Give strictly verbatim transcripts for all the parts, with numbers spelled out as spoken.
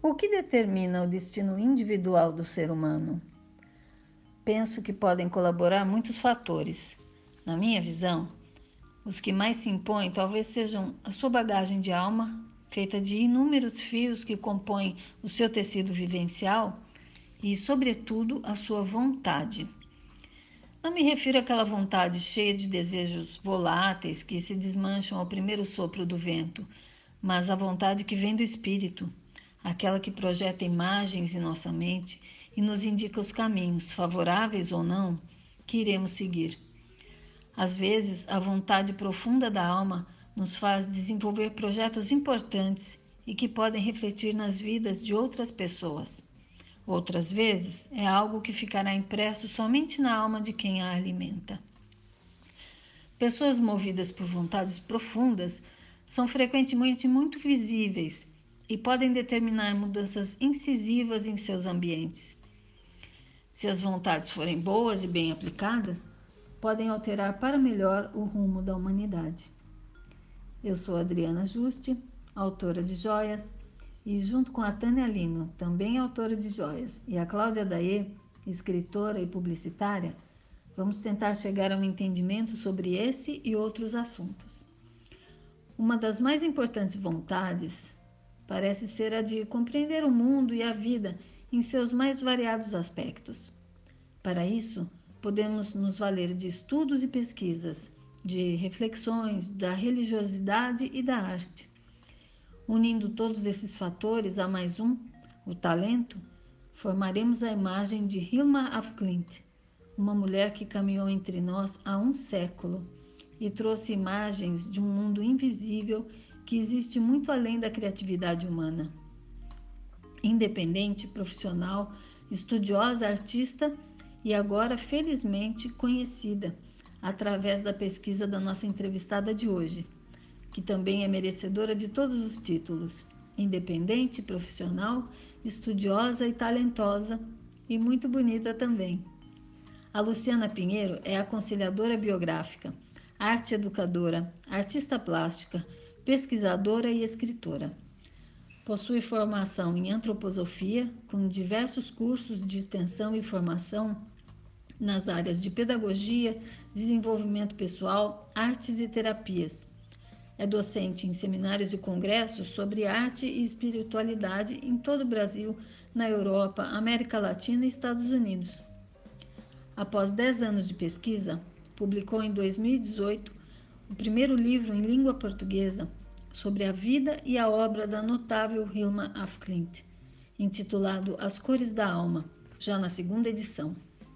O que determina o destino individual do ser humano? Penso que podem colaborar muitos fatores. Na minha visão, os que mais se impõem talvez sejam a sua bagagem de alma, feita de inúmeros fios que compõem o seu tecido vivencial, e, sobretudo, a sua vontade. Não me refiro àquela vontade cheia de desejos voláteis que se desmancham ao primeiro sopro do vento, mas à vontade que vem do espírito, aquela que projeta imagens em nossa mente e nos indica os caminhos, favoráveis ou não, que iremos seguir. Às vezes, a vontade profunda da alma nos faz desenvolver projetos importantes e que podem refletir nas vidas de outras pessoas. Outras vezes, é algo que ficará impresso somente na alma de quem a alimenta. Pessoas movidas por vontades profundas são frequentemente muito visíveis e podem determinar mudanças incisivas em seus ambientes. Se as vontades forem boas e bem aplicadas, podem alterar para melhor o rumo da humanidade. Eu sou Adriana Juste, autora de Joias, e junto com a Tânia Lino, também autora de Joias, e a Cláudia Daê, escritora e publicitária, vamos tentar chegar a um entendimento sobre esse e outros assuntos. Uma das mais importantes vontades parece ser a de compreender o mundo e a vida em seus mais variados aspectos. Para isso, podemos nos valer de estudos e pesquisas, de reflexões, da religiosidade e da arte. Unindo todos esses fatores a mais um, o talento, formaremos a imagem de Hilma af Klint, uma mulher que caminhou entre nós há um século e trouxe imagens de um mundo invisível que existe muito além da criatividade humana. Independente, profissional, estudiosa, artista e agora, felizmente, conhecida através da pesquisa da nossa entrevistada de hoje, que também é merecedora de todos os títulos, independente, profissional, estudiosa e talentosa, e muito bonita também. A Luciana Pinheiro é aconselhadora biográfica, arte educadora, artista plástica, pesquisadora e escritora. Possui formação em antroposofia, com diversos cursos de extensão e formação nas áreas de pedagogia, desenvolvimento pessoal, artes e terapias. É docente em seminários e congressos sobre arte e espiritualidade em todo o Brasil, na Europa, América Latina e Estados Unidos. Após dez anos de pesquisa, publicou em dois mil e dezoito o primeiro livro em língua portuguesa sobre a vida e a obra da notável Hilma af Klint, intitulado As Cores da Alma, já na segunda edição.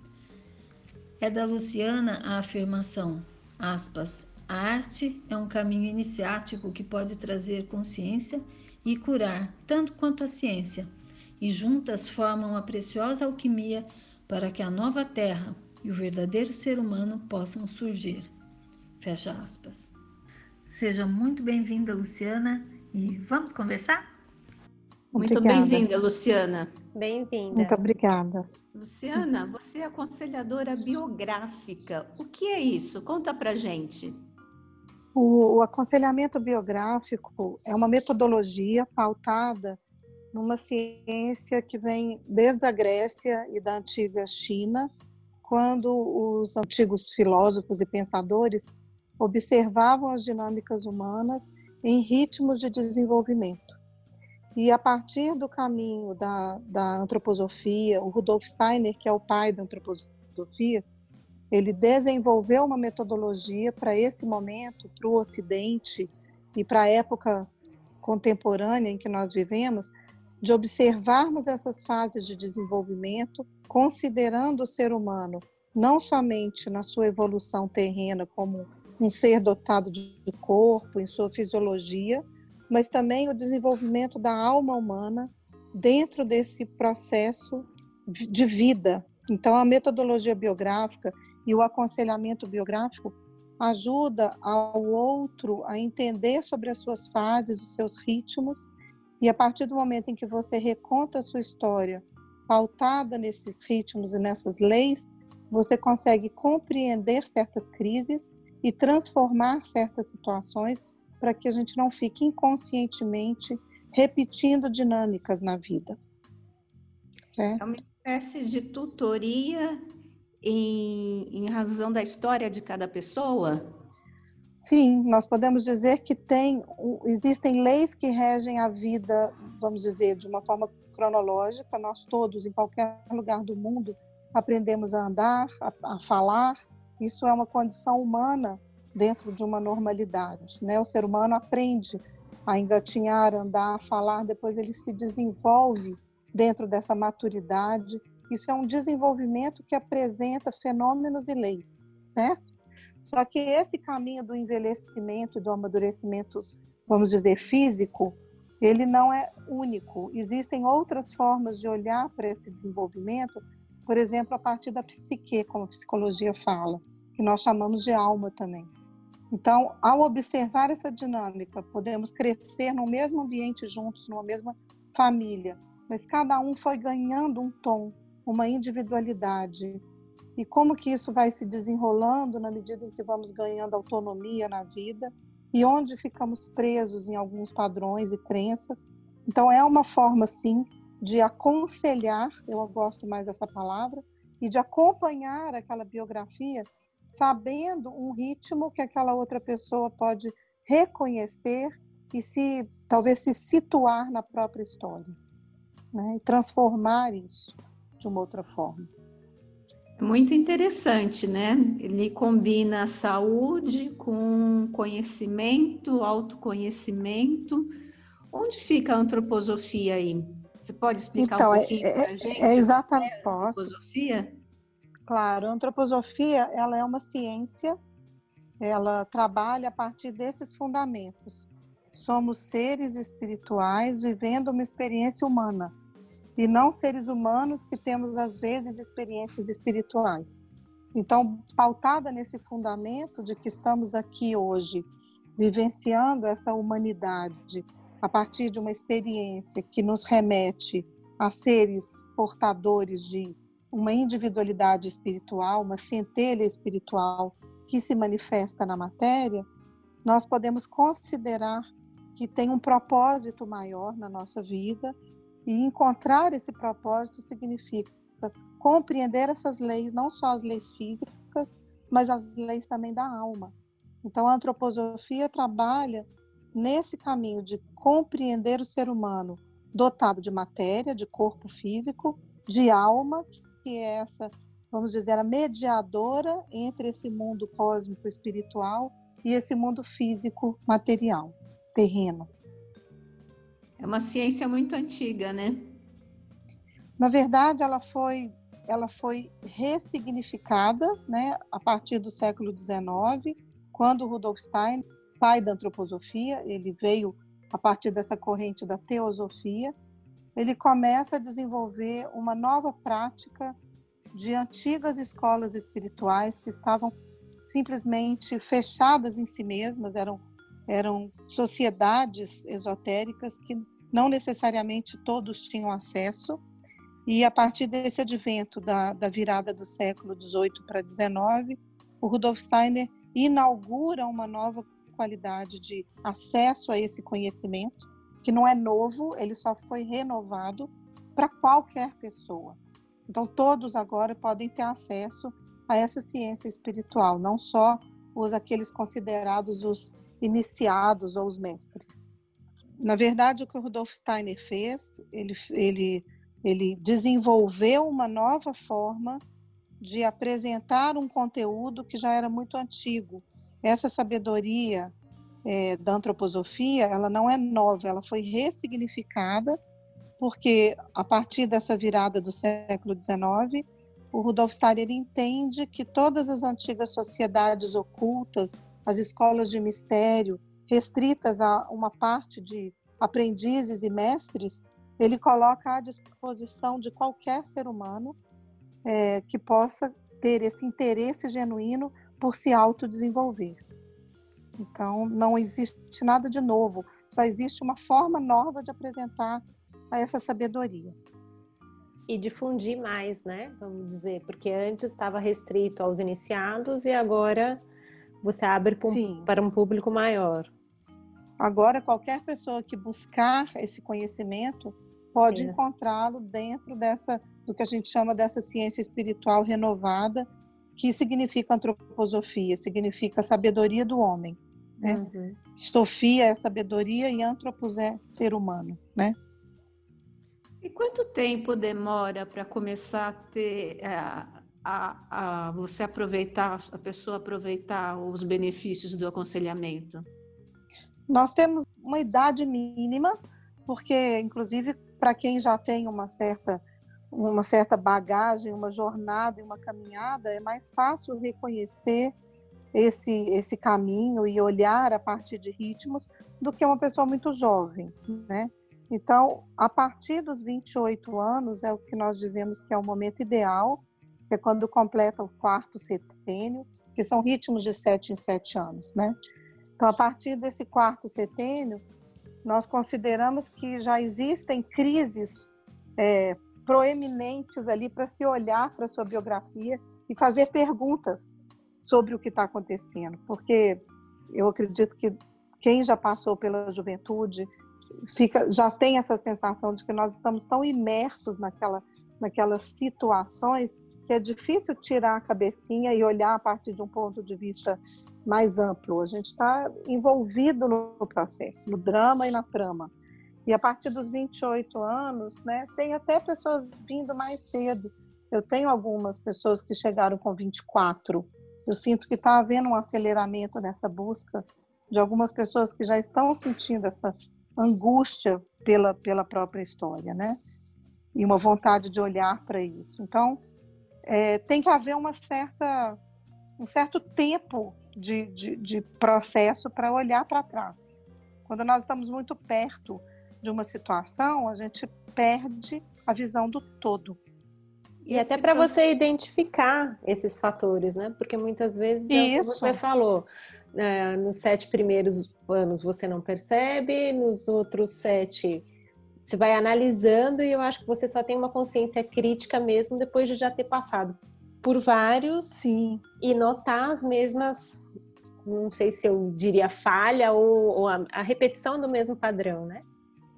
É da Luciana a afirmação, aspas, a arte é um caminho iniciático que pode trazer consciência e curar tanto quanto a ciência, e juntas formam a preciosa alquimia para que a nova terra e o verdadeiro ser humano possam surgir. Fecha aspas. Seja muito bem-vinda, Luciana, e vamos conversar? Muito bem-vinda, Luciana. Bem-vinda. Muito obrigada. Luciana, você é aconselhadora biográfica. O que é isso? Conta pra gente. O, o aconselhamento biográfico é uma metodologia pautada numa ciência que vem desde a Grécia e da antiga China, quando os antigos filósofos e pensadores observavam as dinâmicas humanas em ritmos de desenvolvimento. E a partir do caminho da, da antroposofia, o Rudolf Steiner, que é o pai da antroposofia, ele desenvolveu uma metodologia para esse momento, para o Ocidente e para a época contemporânea em que nós vivemos, de observarmos essas fases de desenvolvimento, considerando o ser humano não somente na sua evolução terrena como um ser dotado de corpo, em sua fisiologia, mas também o desenvolvimento da alma humana dentro desse processo de vida. Então, a metodologia biográfica e o aconselhamento biográfico ajuda ao outro a entender sobre as suas fases, os seus ritmos, e a partir do momento em que você reconta a sua história, pautada nesses ritmos e nessas leis, você consegue compreender certas crises e transformar certas situações para que a gente não fique inconscientemente repetindo dinâmicas na vida. Certo? É uma espécie de tutoria em, em razão da história de cada pessoa? Sim, nós podemos dizer que tem, existem leis que regem a vida, vamos dizer, de uma forma cronológica. Nós todos, em qualquer lugar do mundo, aprendemos a andar, a, a falar. Isso é uma condição humana dentro de uma normalidade, né? O ser humano aprende a engatinhar, andar, falar, depois ele se desenvolve dentro dessa maturidade. Isso é um desenvolvimento que apresenta fenômenos e leis, certo? Só que esse caminho do envelhecimento e do amadurecimento, vamos dizer, físico, ele não é único. Existem outras formas de olhar para esse desenvolvimento, por exemplo, a partir da psique, como a psicologia fala, que nós chamamos de alma também. Então, ao observar essa dinâmica, podemos crescer no mesmo ambiente juntos, numa mesma família, mas cada um foi ganhando um tom, uma individualidade. E como que isso vai se desenrolando na medida em que vamos ganhando autonomia na vida e onde ficamos presos em alguns padrões e crenças. Então, é uma forma, sim, de aconselhar, eu gosto mais dessa palavra, e de acompanhar aquela biografia, sabendo um ritmo que aquela outra pessoa pode reconhecer e se talvez se situar na própria história, né? E transformar isso de uma outra forma. Muito interessante, né? Ele combina a saúde com conhecimento, autoconhecimento. Onde fica a antroposofia aí? Você pode explicar então, um pouquinho é, para a é, gente? É exatamente. É a antroposofia? Claro, a antroposofia, ela é uma ciência, ela trabalha a partir desses fundamentos. Somos seres espirituais vivendo uma experiência humana. E não seres humanos que temos, às vezes, experiências espirituais. Então, pautada nesse fundamento de que estamos aqui hoje, vivenciando essa humanidade a partir de uma experiência que nos remete a seres portadores de uma individualidade espiritual, uma centelha espiritual que se manifesta na matéria, nós podemos considerar que tem um propósito maior na nossa vida. E encontrar esse propósito significa compreender essas leis, não só as leis físicas, mas as leis também da alma. Então, a antroposofia trabalha nesse caminho de compreender o ser humano dotado de matéria, de corpo físico, de alma, que é essa, vamos dizer, a mediadora entre esse mundo cósmico espiritual e esse mundo físico material, terreno. É uma ciência muito antiga, né? Na verdade, ela foi, ela foi ressignificada, né, a partir do século dezenove, quando Rudolf Steiner, pai da antroposofia, ele veio a partir dessa corrente da teosofia, ele começa a desenvolver uma nova prática de antigas escolas espirituais que estavam simplesmente fechadas em si mesmas, eram eram sociedades esotéricas que não necessariamente todos tinham acesso, e a partir desse advento da, da virada do século dezoito para dezenove, o Rudolf Steiner inaugura uma nova qualidade de acesso a esse conhecimento, que não é novo, ele só foi renovado para qualquer pessoa. Então, todos agora podem ter acesso a essa ciência espiritual, não só os aqueles considerados os iniciados ou os mestres. Na verdade, o que o Rudolf Steiner fez, ele, ele, ele desenvolveu uma nova forma de apresentar um conteúdo que já era muito antigo. Essa sabedoria é, da antroposofia, ela não é nova, ela foi ressignificada, porque a partir dessa virada do século dezenove, o Rudolf Steiner entende que todas as antigas sociedades ocultas, as escolas de mistério, restritas a uma parte de aprendizes e mestres, ele coloca à disposição de qualquer ser humano é, que possa ter esse interesse genuíno por se autodesenvolver. Então, não existe nada de novo, só existe uma forma nova de apresentar essa sabedoria. E difundir mais, né? Vamos dizer, porque antes estava restrito aos iniciados e agora você abre para um, para um público maior. Agora, qualquer pessoa que buscar esse conhecimento pode É. encontrá-lo dentro dessa, do que a gente chama dessa ciência espiritual renovada, que significa antroposofia, significa sabedoria do homem, né? Uhum. Sofia é sabedoria e antropos é ser humano, né? E quanto tempo demora para começar a ter, a, a, a você aproveitar, a pessoa aproveitar os benefícios do aconselhamento? Nós temos uma idade mínima, porque, inclusive, para quem já tem uma certa, uma certa bagagem, uma jornada e uma caminhada, é mais fácil reconhecer esse, esse caminho e olhar a partir de ritmos do que uma pessoa muito jovem, né? Então, a partir dos vinte e oito anos é o que nós dizemos que é o momento ideal, que é quando completa o quarto setênio, que são ritmos de sete em sete anos, né? Então, a partir desse quarto setênio, nós consideramos que já existem crises é, proeminentes ali para se olhar para a sua biografia e fazer perguntas sobre o que está acontecendo, porque eu acredito que quem já passou pela juventude fica, já tem essa sensação de que nós estamos tão imersos naquela, naquelas situações que é difícil tirar a cabecinha e olhar a partir de um ponto de vista mais amplo. A gente está envolvido no processo, no drama e na trama. E a partir dos vinte e oito anos, né, tem até pessoas vindo mais cedo. Eu tenho algumas pessoas que chegaram com vinte e quatro. Eu sinto que está havendo um aceleramento nessa busca de algumas pessoas que já estão sentindo essa angústia pela, pela própria história, né? E uma vontade de olhar para isso. Então, é, tem que haver uma certa, um certo tempo de, de, de processo para olhar para trás. Quando nós estamos muito perto de uma situação, a gente perde a visão do todo. E até para você identificar esses fatores, né? Porque muitas vezes, é o que você falou, né? Nos sete primeiros anos você não percebe, nos outros sete você vai analisando, e eu acho que você só tem uma consciência crítica mesmo depois de já ter passado por vários. Sim. E notar as mesmas, não sei se eu diria falha ou, ou a, a repetição do mesmo padrão, né?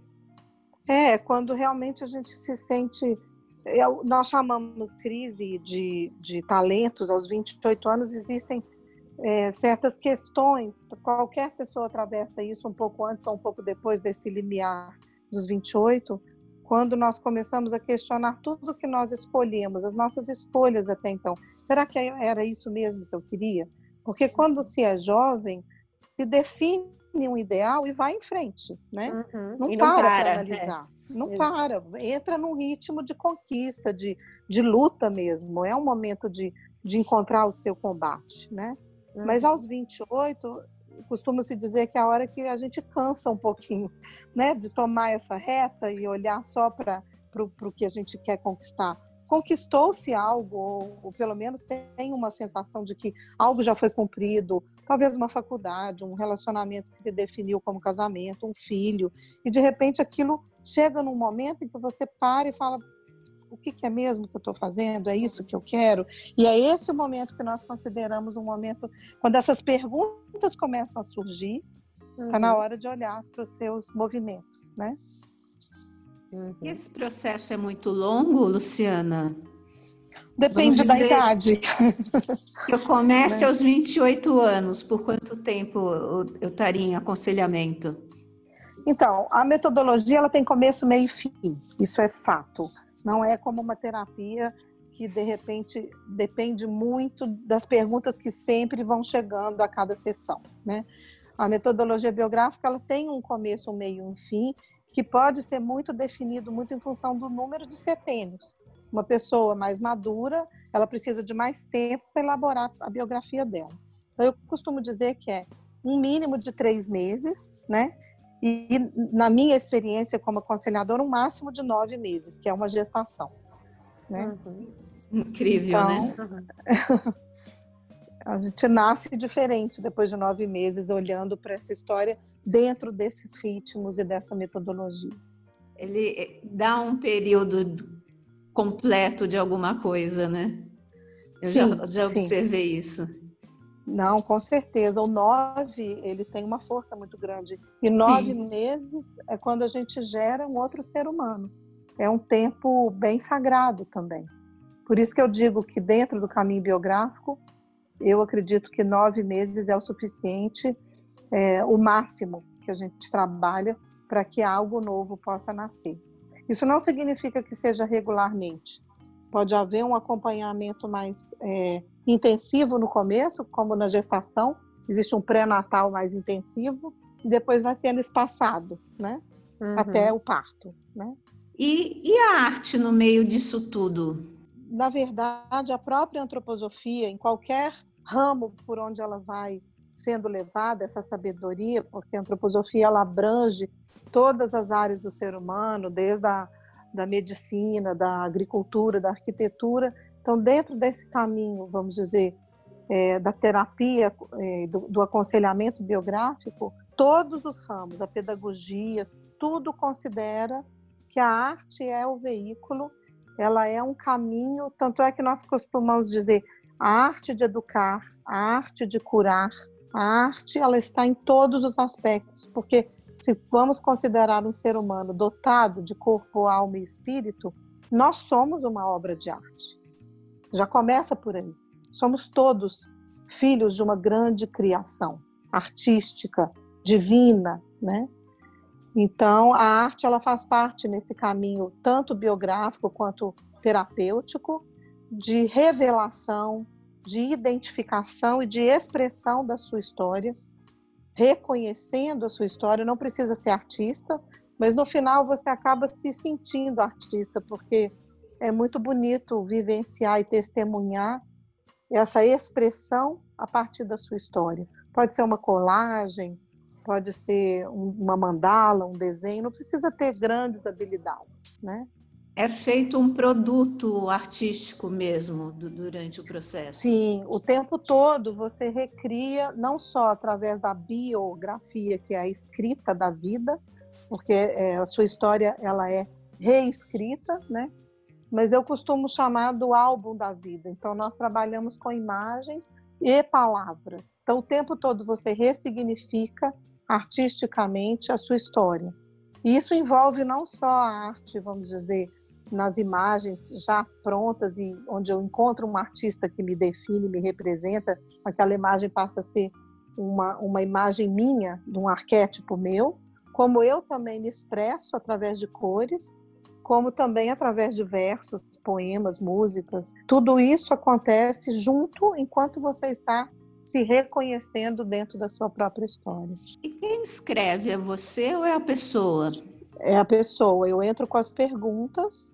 É, quando realmente a gente se sente... Eu, nós chamamos crise de, de talentos. Aos vinte e oito anos existem é, certas questões, qualquer pessoa atravessa isso um pouco antes ou um pouco depois desse limiar dos vinte e oito, quando nós começamos a questionar tudo que nós escolhemos, as nossas escolhas até então. Será que era isso mesmo que eu queria? Porque quando se é jovem, se define um ideal e vai em frente, né? Uhum. Não, não para para para analisar. É. Não para, entra num ritmo de conquista, de, de luta mesmo. É um momento de, de encontrar o seu combate, né? Uhum. Mas aos vinte e oito, costuma-se dizer que é a hora que a gente cansa um pouquinho, né? De tomar essa reta e olhar só para o que a gente quer conquistar. Conquistou-se algo, ou, ou pelo menos tem uma sensação de que algo já foi cumprido, talvez uma faculdade, um relacionamento que se definiu como casamento, um filho, e de repente aquilo chega num momento em que você para e fala: o que, que é mesmo que eu estou fazendo? É isso que eu quero? E é esse o momento que nós consideramos um momento quando essas perguntas começam a surgir, está uhum. na hora de olhar para os seus movimentos, né? Uhum. Esse processo é muito longo, Luciana? Depende da idade. Que eu comece né? aos vinte e oito anos, por quanto tempo eu estaria em aconselhamento? Então, a metodologia ela tem começo, meio e fim, isso é fato. Não é como uma terapia que, de repente, depende muito das perguntas que sempre vão chegando a cada sessão, né? A metodologia biográfica ela tem um começo, um meio e um fim, que pode ser muito definido muito em função do número de setênios. Uma pessoa mais madura, ela precisa de mais tempo para elaborar a biografia dela. Então, eu costumo dizer que é um mínimo de três meses, né? E, na minha experiência como aconselhadora, um máximo de nove meses, que é uma gestação. Né? Uhum. Incrível, então, né? A gente nasce diferente depois de nove meses, olhando para essa história dentro desses ritmos e dessa metodologia. Ele dá um período completo de alguma coisa, né? Eu sim, já, já observei sim. isso. Não, com certeza. O nove, ele tem uma força muito grande. E nove Sim. meses é quando a gente gera um outro ser humano. É um tempo bem sagrado também. Por isso que eu digo que dentro do caminho biográfico, eu acredito que nove meses é o suficiente, é, o máximo que a gente trabalha para que algo novo possa nascer. Isso não significa que seja regularmente. Pode haver um acompanhamento mais é, intensivo no começo, como na gestação, existe um pré-natal mais intensivo, e depois vai sendo espaçado, né? Uhum. Até o parto, né? E, e a arte no meio disso tudo? Na verdade, a própria antroposofia, em qualquer ramo por onde ela vai sendo levada, essa sabedoria, porque a antroposofia ela abrange todas as áreas do ser humano, desde a da medicina, da agricultura, da arquitetura. Então, dentro desse caminho, vamos dizer, é, da terapia, é, do, do aconselhamento biográfico, todos os ramos, a pedagogia, tudo considera que a arte é o veículo, ela é um caminho, tanto é que nós costumamos dizer a arte de educar, a arte de curar, a arte ela está em todos os aspectos, porque se vamos considerar um ser humano dotado de corpo, alma e espírito, nós somos uma obra de arte. Já começa por aí. Somos todos filhos de uma grande criação artística, divina, né? Então, a arte ela faz parte nesse caminho tanto biográfico quanto terapêutico, de revelação, de identificação e de expressão da sua história, reconhecendo a sua história. Não precisa ser artista, mas no final você acaba se sentindo artista, porque é muito bonito vivenciar e testemunhar essa expressão a partir da sua história. Pode ser uma colagem, pode ser uma mandala, um desenho, não precisa ter grandes habilidades, né? É feito um produto artístico mesmo do, durante o processo? Sim, o tempo todo você recria, não só através da biografia, que é a escrita da vida, porque é, a sua história ela é reescrita, né? Mas eu costumo chamar do álbum da vida. Então, nós trabalhamos com imagens e palavras. Então, o tempo todo você ressignifica artisticamente a sua história. E isso envolve não só a arte, vamos dizer, nas imagens já prontas e onde eu encontro um artista que me define, me representa, aquela imagem passa a ser uma, uma imagem minha, de um arquétipo meu, como eu também me expresso através de cores, como também através de versos, poemas, músicas. Tudo isso acontece junto enquanto você está se reconhecendo dentro da sua própria história. E quem escreve, é você ou é a pessoa? É a pessoa. Eu entro com as perguntas.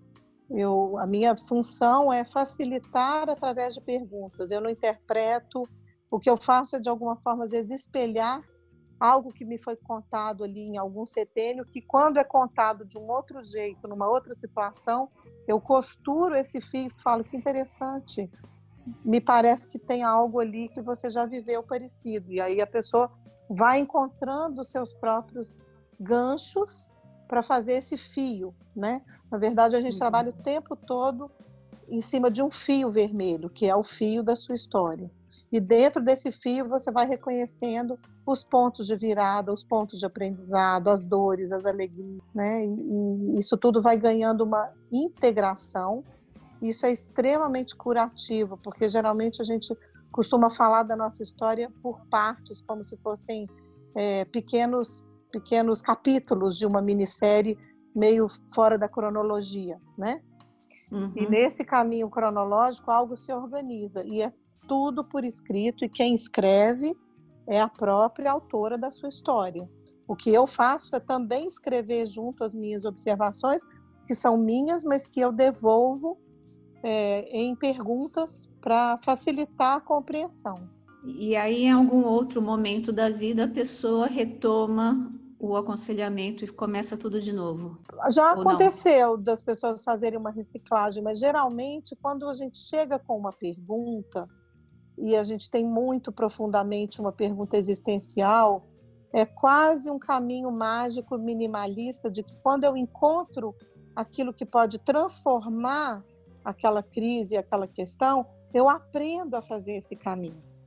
Eu, a minha função é facilitar através de perguntas. Eu não interpreto. O que eu faço é, de alguma forma, às vezes, espelhar algo que me foi contado ali em algum setênio, que quando é contado de um outro jeito, numa outra situação, eu costuro esse fio e falo, que interessante, me parece que tem algo ali que você já viveu parecido. E aí a pessoa vai encontrando os seus próprios ganchos para fazer esse fio, né? Na verdade, a gente uhum. trabalha o tempo todo em cima de um fio vermelho, que é o fio da sua história. E dentro desse fio você vai reconhecendo os pontos de virada, os pontos de aprendizado, as dores, as alegrias, né? E, e isso tudo vai ganhando uma integração. Isso é extremamente curativo, porque geralmente a gente costuma falar da nossa história por partes, como se fossem é, pequenos, pequenos capítulos de uma minissérie meio fora da cronologia, né? Uhum. E nesse caminho cronológico algo se organiza e é tudo por escrito, e quem escreve é a própria autora da sua história. O que eu faço é também escrever junto as minhas observações, que são minhas, mas que eu devolvo é, em perguntas para facilitar a compreensão. E aí, em algum outro momento da vida, a pessoa retoma o aconselhamento e começa tudo de novo? Já aconteceu das pessoas fazerem uma reciclagem, mas geralmente quando a gente chega com uma pergunta, e a gente tem muito profundamente uma pergunta existencial, é quase um caminho mágico minimalista de que quando eu encontro aquilo que pode transformar aquela crise, aquela questão, eu aprendo a fazer esse caminho.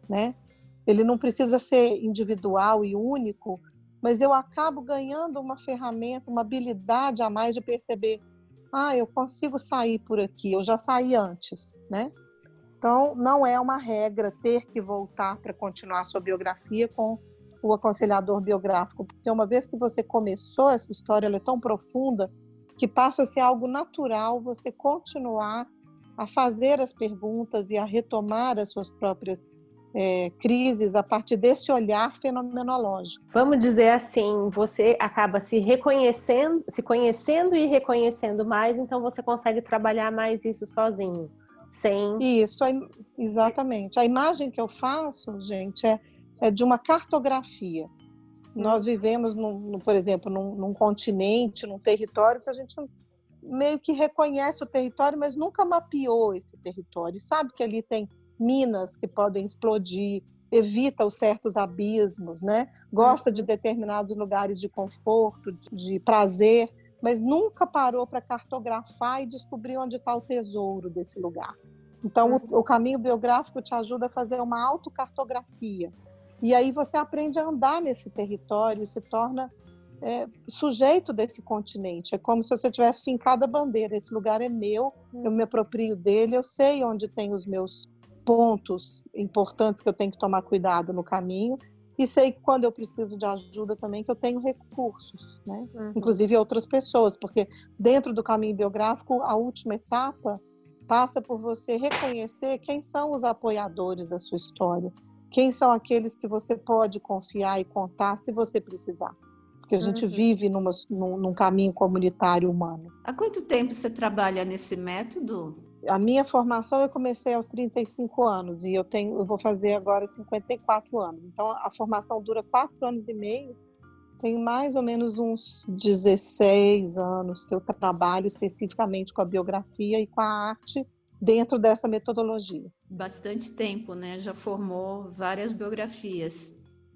né? Ele não precisa ser individual e único, mas eu acabo ganhando uma ferramenta, uma habilidade a mais de perceber, ah, eu consigo sair por aqui, eu já saí antes, né? Então, não é uma regra ter que voltar para continuar a sua biografia com o aconselhador biográfico, porque uma vez que você começou essa história, ela é tão profunda que passa a ser algo natural você continuar a fazer as perguntas e a retomar as suas próprias É, crises a partir desse olhar fenomenológico. Vamos dizer assim, você acaba se reconhecendo, se conhecendo e reconhecendo mais, então você consegue trabalhar mais isso sozinho, sem... Isso, exatamente. A imagem que eu faço, gente, é, é de uma cartografia. Hum. Nós vivemos, no, no, por exemplo, num, num continente, num território que a gente meio que reconhece o território, mas nunca mapeou esse território. E sabe que ali tem minas que podem explodir, evita os certos abismos, né? Gosta de determinados lugares de conforto, de, de prazer, mas nunca parou para cartografar e descobrir onde está o tesouro desse lugar. Então, o, o caminho biográfico te ajuda a fazer uma autocartografia. E aí você aprende a andar nesse território, se torna é, sujeito desse continente. É como se você tivesse fincado a bandeira. Esse lugar é meu, eu me aproprio dele, eu sei onde tem os meus pontos importantes que eu tenho que tomar cuidado no caminho e sei que quando eu preciso de ajuda também que eu tenho recursos, né? Uhum. Inclusive outras pessoas, porque dentro do caminho biográfico a última etapa passa por você reconhecer quem são os apoiadores da sua história, quem são aqueles que você pode confiar e contar se você precisar, porque a gente uhum. vive numa, num, num caminho comunitário humano. Há quanto tempo você trabalha nesse método? A minha formação eu comecei aos trinta e cinco anos e eu, tenho, eu vou fazer agora cinquenta e quatro anos. Então, a formação dura quatro anos e meio. Tenho mais ou menos uns dezesseis anos que eu trabalho especificamente com a biografia e com a arte dentro dessa metodologia. Bastante tempo, né? Já formou várias biografias.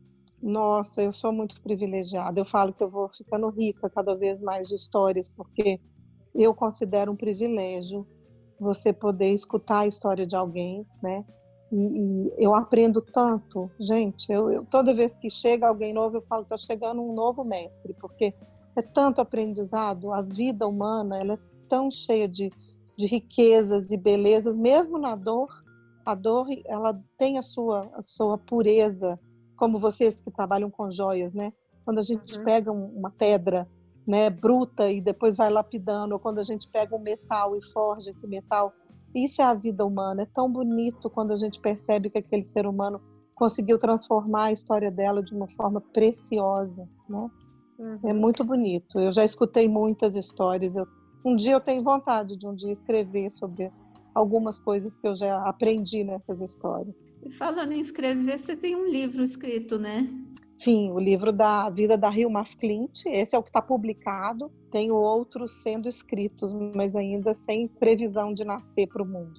Nossa, eu sou muito privilegiada. Eu falo que eu vou ficando rica cada vez mais de histórias, porque eu considero um privilégio você poder escutar a história de alguém, né? E, e eu aprendo tanto, gente. Eu, eu, toda vez que chega alguém novo, eu falo, está chegando um novo mestre, porque é tanto aprendizado. A vida humana, ela é tão cheia de, de riquezas e belezas, mesmo na dor. A dor, ela tem a sua, a sua pureza, como vocês que trabalham com joias, né? Quando a gente uhum. pega um, uma pedra, né, bruta e depois vai lapidando, ou quando a gente pega um metal e forja esse metal, isso é a vida humana. É tão bonito quando a gente percebe que aquele ser humano conseguiu transformar a história dela de uma forma preciosa, né? Uhum. É muito bonito. Eu já escutei muitas histórias. Eu, um dia eu tenho vontade de um dia escrever sobre algumas coisas que eu já aprendi nessas histórias. E falando em escrever, você tem um livro escrito, né? Sim, o livro da vida da Hilma af Klint, esse é o que está publicado. Tenho outros sendo escritos, mas ainda sem previsão de nascer para o mundo.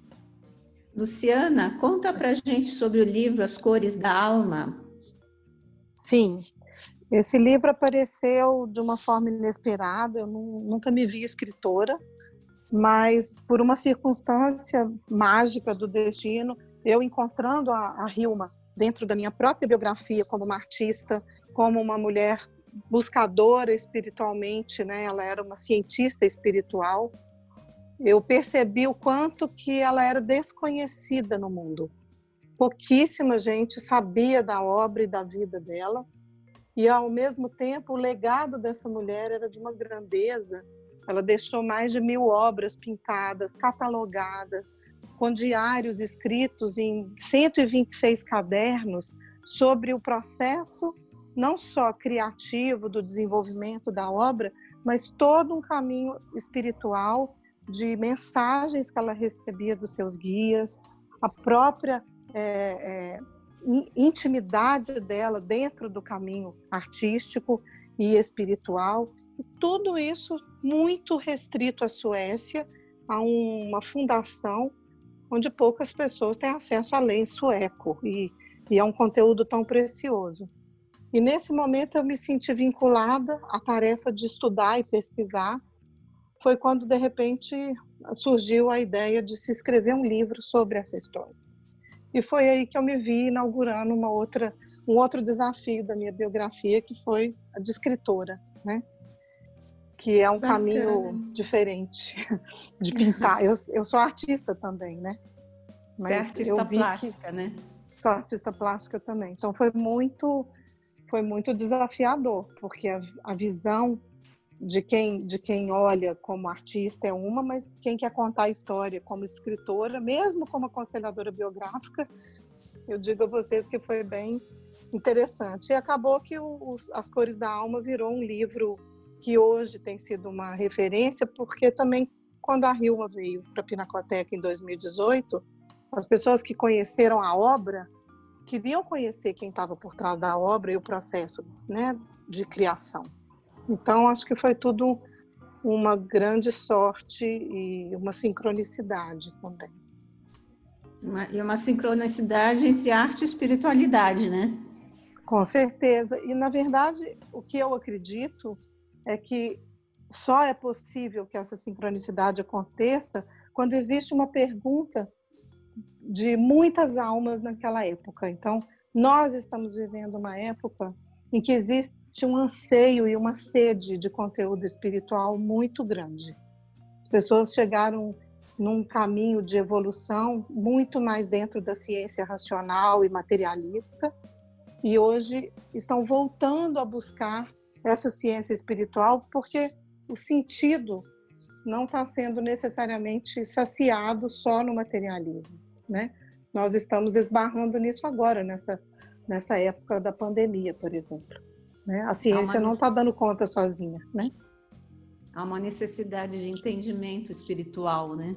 Luciana, conta pra gente sobre o livro As Cores da Alma. Sim, esse livro apareceu de uma forma inesperada. Eu não, nunca me vi escritora, mas por uma circunstância mágica do destino, eu encontrando a, a Hilma dentro da minha própria biografia como uma artista, como uma mulher buscadora espiritualmente, né? Ela era uma cientista espiritual. Eu percebi o quanto que ela era desconhecida no mundo. Pouquíssima gente sabia da obra e da vida dela. E, ao mesmo tempo, o legado dessa mulher era de uma grandeza. Ela deixou mais de mil obras pintadas, catalogadas, com diários escritos em cento e vinte e seis cadernos sobre o processo, não só criativo do desenvolvimento da obra, mas todo um caminho espiritual de mensagens que ela recebia dos seus guias, a própria é, é, intimidade dela dentro do caminho artístico e espiritual. E tudo isso muito restrito à Suécia, a uma fundação onde poucas pessoas têm acesso a ler em sueco, e, e é um conteúdo tão precioso. E nesse momento eu me senti vinculada à tarefa de estudar e pesquisar. Foi quando, de repente, surgiu a ideia de se escrever um livro sobre essa história. E foi aí que eu me vi inaugurando uma outra, um outro desafio da minha biografia, que foi a de escritora, né? Que é um Bacana. Caminho diferente de pintar. Eu, eu sou artista também, né? Mas é artista plástica, né? Sou artista plástica também. Então foi muito, foi muito desafiador, porque a, a visão de quem, de quem olha como artista é uma, mas quem quer contar a história como escritora, mesmo como aconselhadora biográfica, eu digo a vocês que foi bem interessante. E acabou que o, As Cores da Alma virou um livro que hoje tem sido uma referência, porque também, quando a Hilma veio para a Pinacoteca em dois mil e dezoito, as pessoas que conheceram a obra queriam conhecer quem estava por trás da obra e o processo, né, de criação. Então, acho que foi tudo uma grande sorte e uma sincronicidade também. Uma, e uma sincronicidade entre arte e espiritualidade, né? Com certeza. E, na verdade, o que eu acredito é que só é possível que essa sincronicidade aconteça quando existe uma pergunta de muitas almas naquela época. Então, nós estamos vivendo uma época em que existe um anseio e uma sede de conteúdo espiritual muito grande. As pessoas chegaram num caminho de evolução muito mais dentro da ciência racional e materialista, e hoje estão voltando a buscar essa ciência espiritual porque o sentido não está sendo necessariamente saciado só no materialismo, né? Nós estamos esbarrando nisso agora, nessa, nessa época da pandemia, por exemplo. Né? A ciência não está dando conta sozinha, né? Há uma necessidade de entendimento espiritual, né?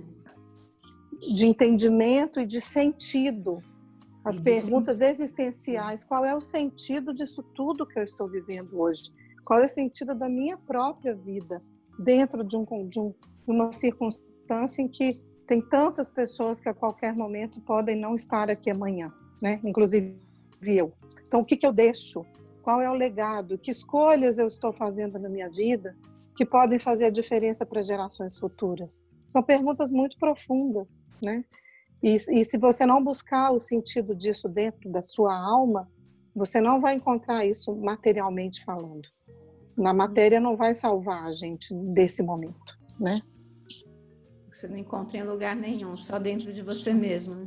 De entendimento e de sentido. As e perguntas sentido. existenciais. Qual é o sentido disso tudo que eu estou vivendo hoje? Qual é o sentido da minha própria vida dentro de, um, de, um, de uma circunstância em que tem tantas pessoas que a qualquer momento podem não estar aqui amanhã, né? Inclusive eu. Então, o que, que eu deixo? Qual é o legado? Que escolhas eu estou fazendo na minha vida que podem fazer a diferença para gerações futuras? São perguntas muito profundas, né? E, e se você não buscar o sentido disso dentro da sua alma, você não vai encontrar isso materialmente falando. Na matéria não vai salvar a gente desse momento, né? Você não encontra em lugar nenhum, só dentro de você mesmo.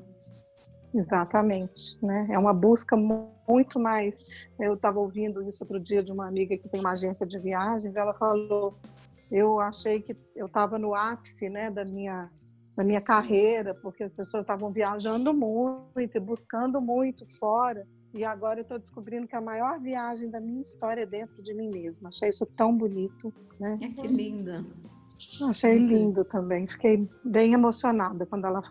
Exatamente, né? É uma busca muito mais... Eu estava ouvindo isso outro dia de uma amiga que tem uma agência de viagens, ela falou, eu achei que eu estava no ápice, né, da minha, da minha carreira, porque as pessoas estavam viajando muito e buscando muito fora, e agora eu estou descobrindo que a maior viagem da minha história é dentro de mim mesma. Achei isso tão bonito, né? É, que linda. Achei lindo também, fiquei bem emocionada quando ela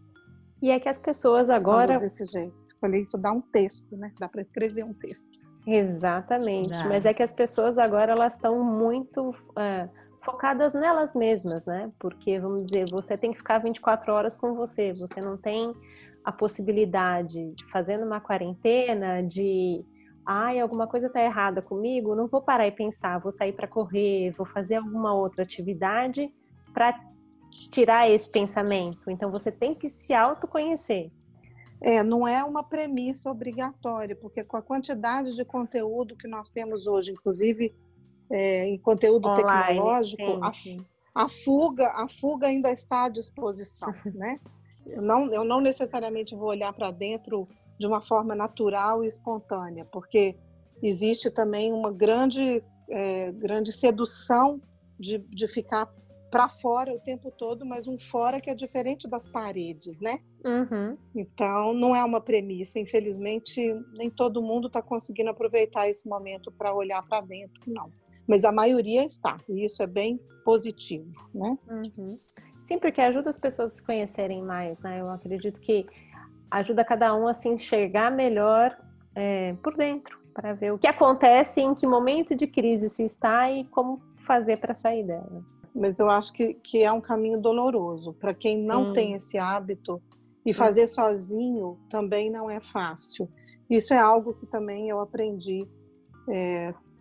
E é que as pessoas agora... falou desse jeito. Falei, isso dá um texto, né? Dá para escrever um texto. Exatamente, dá. Mas é que as pessoas agora elas estão muito é, focadas nelas mesmas, né? Porque, vamos dizer, você tem que ficar vinte e quatro horas com você, você não tem a possibilidade de fazer uma quarentena, de... ai, alguma coisa está errada comigo, não vou parar e pensar, vou sair para correr, vou fazer alguma outra atividade para tirar esse pensamento. Então, você tem que se autoconhecer. É, não é uma premissa obrigatória, porque com a quantidade de conteúdo que nós temos hoje, inclusive é, em conteúdo online, tecnológico, a, a, fuga, a fuga ainda está à disposição, né? Eu não, eu não necessariamente vou olhar para dentro de uma forma natural e espontânea, porque existe também uma grande, é, grande sedução de, de ficar para fora o tempo todo, mas um fora que é diferente das paredes, né? Uhum. Então, não é uma premissa. Infelizmente, nem todo mundo está conseguindo aproveitar esse momento para olhar para dentro, não. Mas a maioria está, e isso é bem positivo, né? Uhum. Sim, porque ajuda as pessoas a se conhecerem mais, né? Eu acredito que ajuda cada um a se enxergar melhor é, por dentro, para ver o que acontece, em que momento de crise se está e como fazer para sair dela. Mas eu acho que, que é um caminho doloroso. Para quem não hum. tem esse hábito, e fazer hum. sozinho também não é fácil. Isso é algo que também eu aprendi é,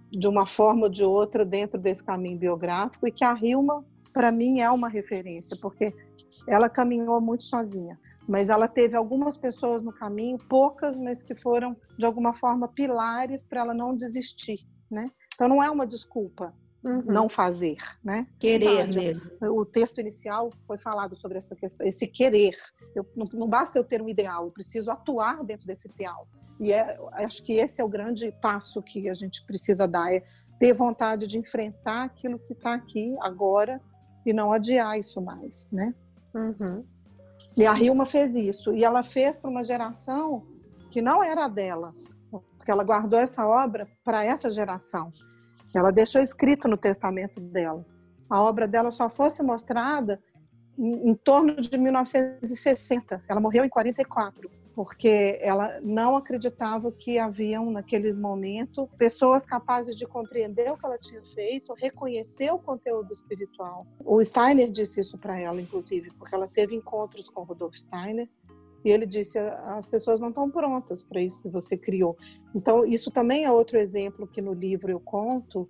de uma forma ou de outra dentro desse caminho biográfico, e que a Hilma, para mim, é uma referência, porque ela caminhou muito sozinha, mas ela teve algumas pessoas no caminho, poucas, mas que foram, de alguma forma, pilares para ela não desistir, né? Então, não é uma desculpa uhum. não fazer, né? Querer mesmo. O texto inicial foi falado sobre essa questão, esse querer. Eu, não, não basta eu ter um ideal, eu preciso atuar dentro desse ideal. E é, acho que esse é o grande passo que a gente precisa dar, é ter vontade de enfrentar aquilo que está aqui agora e não adiar isso mais, né? Uhum. E a Hilma fez isso, e ela fez para uma geração que não era dela, porque ela guardou essa obra para essa geração. Ela deixou escrito no testamento dela. A obra dela só fosse mostrada em, em torno de mil novecentos e sessenta. Ela morreu em quarenta e quatro, porque ela não acreditava que haviam, naquele momento, pessoas capazes de compreender o que ela tinha feito, reconhecer o conteúdo espiritual. O Steiner disse isso para ela, inclusive, porque ela teve encontros com o Rudolf Steiner, e ele disse, as pessoas não estão prontas para isso que você criou. Então, isso também é outro exemplo que no livro eu conto,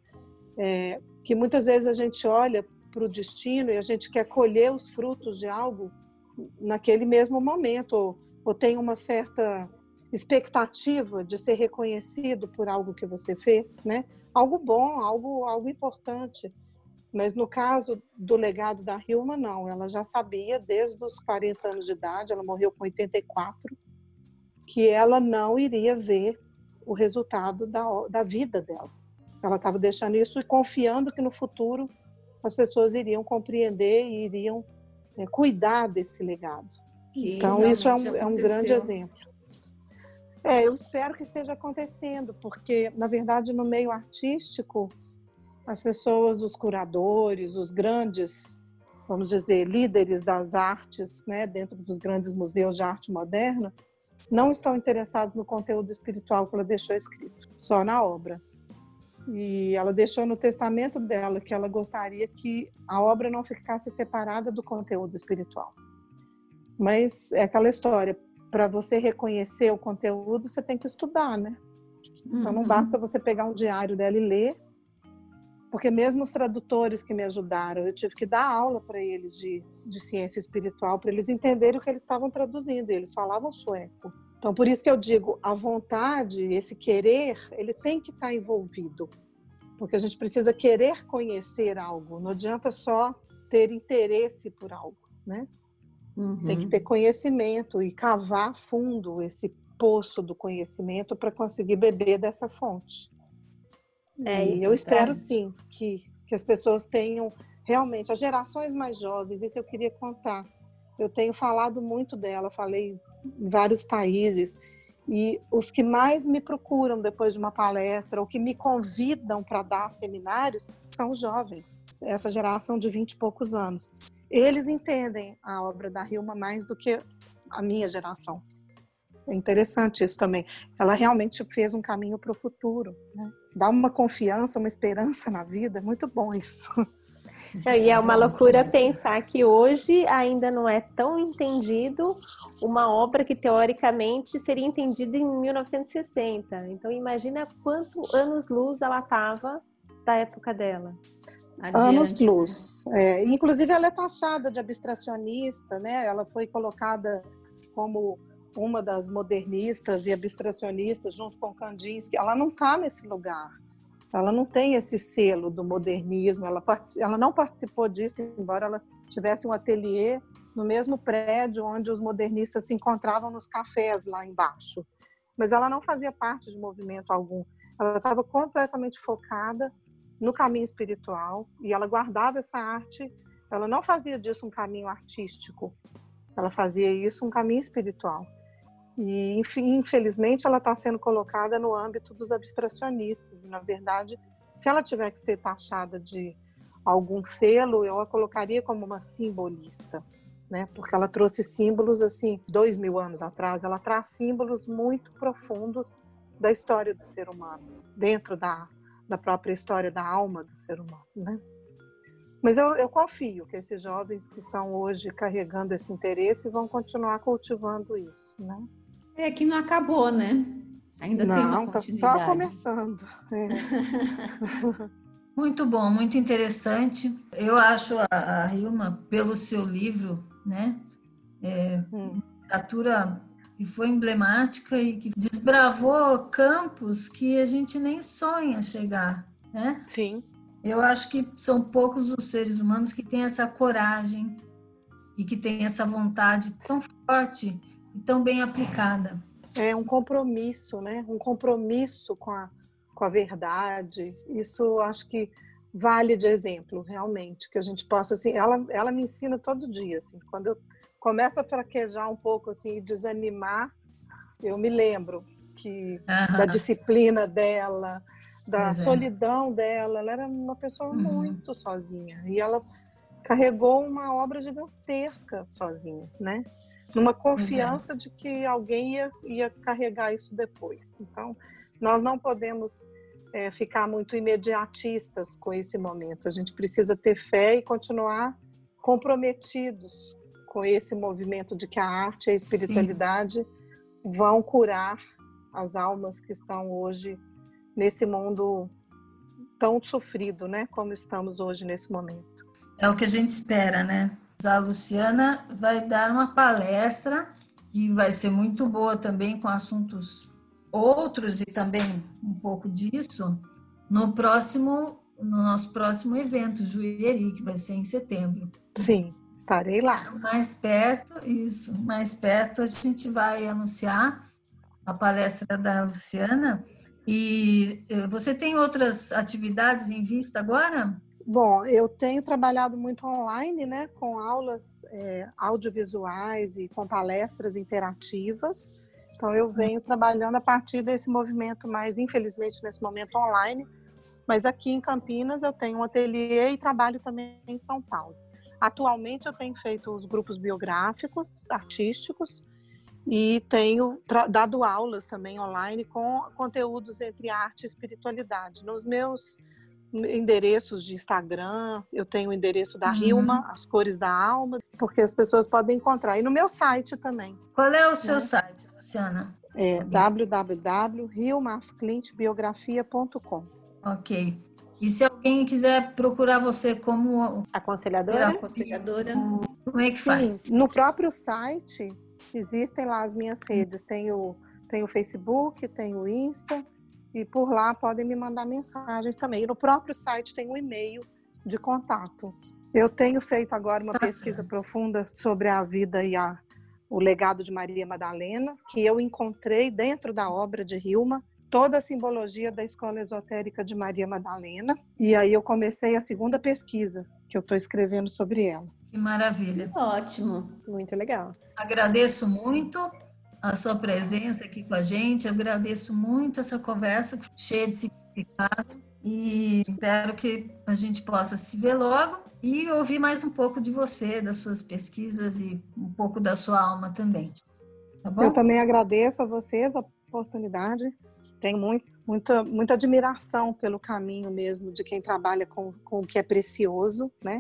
é, que muitas vezes a gente olha para o destino e a gente quer colher os frutos de algo naquele mesmo momento, ou, ou tem uma certa expectativa de ser reconhecido por algo que você fez, né? Algo bom, algo, algo importante. Mas no caso do legado da Hilma, não. Ela já sabia desde os quarenta anos de idade, ela morreu com oitenta e quatro, que ela não iria ver o resultado da, da vida dela. Ela estava deixando isso e confiando que no futuro as pessoas iriam compreender e iriam é, cuidar desse legado. Que então, isso é um, é um grande exemplo. É, eu espero que esteja acontecendo, porque, na verdade, no meio artístico, as pessoas, os curadores, os grandes, vamos dizer, líderes das artes, né, dentro dos grandes museus de arte moderna, não estão interessados no conteúdo espiritual que ela deixou escrito, só na obra. E ela deixou no testamento dela que ela gostaria que a obra não ficasse separada do conteúdo espiritual. Mas é aquela história, para você reconhecer o conteúdo, você tem que estudar, né? Então não basta você pegar um diário dela e ler, porque mesmo os tradutores que me ajudaram, eu tive que dar aula para eles de, de ciência espiritual, para eles entenderem o que eles estavam traduzindo, e eles falavam sueco. Então, por isso que eu digo, a vontade, esse querer, ele tem que estar envolvido, porque a gente precisa querer conhecer algo, não adianta só ter interesse por algo, né? Uhum. Tem que ter conhecimento e cavar fundo esse poço do conhecimento para conseguir beber dessa fonte. É, e eu espero, sim, que, que as pessoas tenham realmente, as gerações mais jovens, isso eu queria contar. Eu tenho falado muito dela, falei em vários países, e os que mais me procuram depois de uma palestra, ou que me convidam para dar seminários, são os jovens, essa geração de vinte e poucos anos. Eles entendem a obra da Hilma mais do que a minha geração. É interessante isso também. Ela realmente fez um caminho para o futuro, né? Dá uma confiança, uma esperança na vida, é muito bom isso. E é uma loucura pensar que hoje ainda não é tão entendido uma obra que teoricamente seria entendida em mil novecentos e sessenta. Então imagina quantos anos-luz ela estava da época dela. Anos-luz. É, inclusive ela é taxada de abstracionista, né? Ela foi colocada como uma das modernistas e abstracionistas junto com Kandinsky. Ela não está nesse lugar. Ela não tem esse selo do modernismo, ela, ela não participou disso, embora ela tivesse um ateliê no mesmo prédio onde os modernistas se encontravam nos cafés lá embaixo. Mas ela não fazia parte de movimento algum. Ela estava completamente focada no caminho espiritual e ela guardava essa arte. Ela não fazia disso um caminho artístico, ela fazia isso um caminho espiritual. E, infelizmente, ela está sendo colocada no âmbito dos abstracionistas. E, na verdade, se ela tiver que ser taxada de algum selo, eu a colocaria como uma simbolista, né? Porque ela trouxe símbolos, assim, dois mil anos atrás, ela traz símbolos muito profundos da história do ser humano, dentro da, da própria história da alma do ser humano, né? Mas eu, eu confio que esses jovens que estão hoje carregando esse interesse vão continuar cultivando isso, né? É que não acabou, né? Ainda Não, tem uma tá continuidade. só começando. É. Muito bom, muito interessante. Eu acho a, a Hilma, pelo seu livro, né, é, hum. literatura que foi emblemática e que desbravou campos que a gente nem sonha chegar, né? Sim. Eu acho que são poucos os seres humanos que têm essa coragem e que têm essa vontade tão forte e tão bem aplicada. É um compromisso, né? Um compromisso com a com a verdade. Isso acho que vale de exemplo, realmente, que a gente possa, assim, ela, ela me ensina todo dia, assim, quando eu começo a fraquejar um pouco, assim, e desanimar, eu me lembro que uhum. da disciplina dela, da pois solidão é. dela, ela era uma pessoa uhum. muito sozinha, e ela carregou uma obra gigantesca sozinha, né? Numa confiança é. de que alguém ia, ia carregar isso depois. Então, nós não podemos é, ficar muito imediatistas com esse momento. A gente precisa ter fé e continuar comprometidos com esse movimento de que a arte e a espiritualidade Sim. vão curar as almas que estão hoje nesse mundo tão sofrido, né? Como estamos hoje nesse momento. É o que a gente espera, né? A Luciana vai dar uma palestra que vai ser muito boa também, com assuntos outros e também um pouco disso no próximo, no nosso próximo evento, Juieri, que vai ser em setembro. Sim, estarei lá. Mais perto, isso, mais perto a gente vai anunciar a palestra da Luciana. E você tem outras atividades em vista agora? Bom, eu tenho trabalhado muito online, né, com aulas é, audiovisuais e com palestras interativas. Então, eu venho trabalhando a partir desse movimento mais, infelizmente, nesse momento online, mas aqui em Campinas eu tenho um ateliê e trabalho também em São Paulo. Atualmente eu tenho feito os grupos biográficos, artísticos, e tenho dado aulas também online com conteúdos entre arte e espiritualidade. Nos meus endereços de Instagram, eu tenho o endereço da uhum. Hilma, As Cores da Alma, porque as pessoas podem encontrar. E no meu site também. Qual é o seu né? site, Luciana? É w w w ponto hilma af klint biografia ponto com. Ok. E se alguém quiser procurar você como aconselhadora? aconselhadora. Como é que Sim, faz? No próprio site existem lá as minhas redes. Tem o, tem o Facebook, tem o Insta, e por lá podem me mandar mensagens também. E no próprio site tem um e-mail de contato. Eu tenho feito agora uma Nossa. pesquisa profunda sobre a vida e a, o legado de Maria Madalena, que eu encontrei dentro da obra de Hilma, toda a simbologia da escola esotérica de Maria Madalena. E aí eu comecei a segunda pesquisa, que eu estou escrevendo sobre ela. Que maravilha. Ótimo. Muito legal. Agradeço muito a sua presença aqui com a gente. Eu agradeço muito essa conversa cheia de significado e espero que a gente possa se ver logo e ouvir mais um pouco de você, das suas pesquisas e um pouco da sua alma também. Tá bom? Eu também agradeço a vocês a oportunidade. Tenho muito, muita, muita admiração pelo caminho mesmo de quem trabalha com, com o que é precioso, né?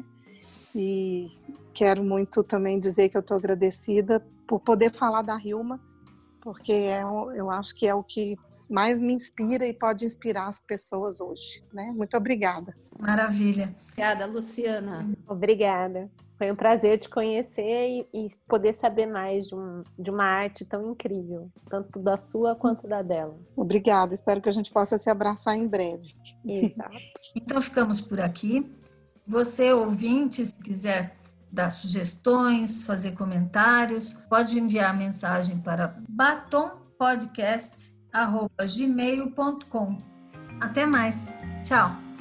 E quero muito também dizer que eu estou agradecida por poder falar da Hilma, porque é, eu acho que é o que mais me inspira e pode inspirar as pessoas hoje, né? Muito obrigada. Maravilha. Obrigada, Luciana. Obrigada. Foi um prazer te conhecer e, e poder saber mais de, um, de uma arte tão incrível, tanto da sua quanto da dela. Obrigada. Espero que a gente possa se abraçar em breve. Exato. Então ficamos por aqui. Você, ouvinte, se quiser dar sugestões, fazer comentários, pode enviar mensagem para batom podcast arroba gmail ponto com. Até mais. Tchau.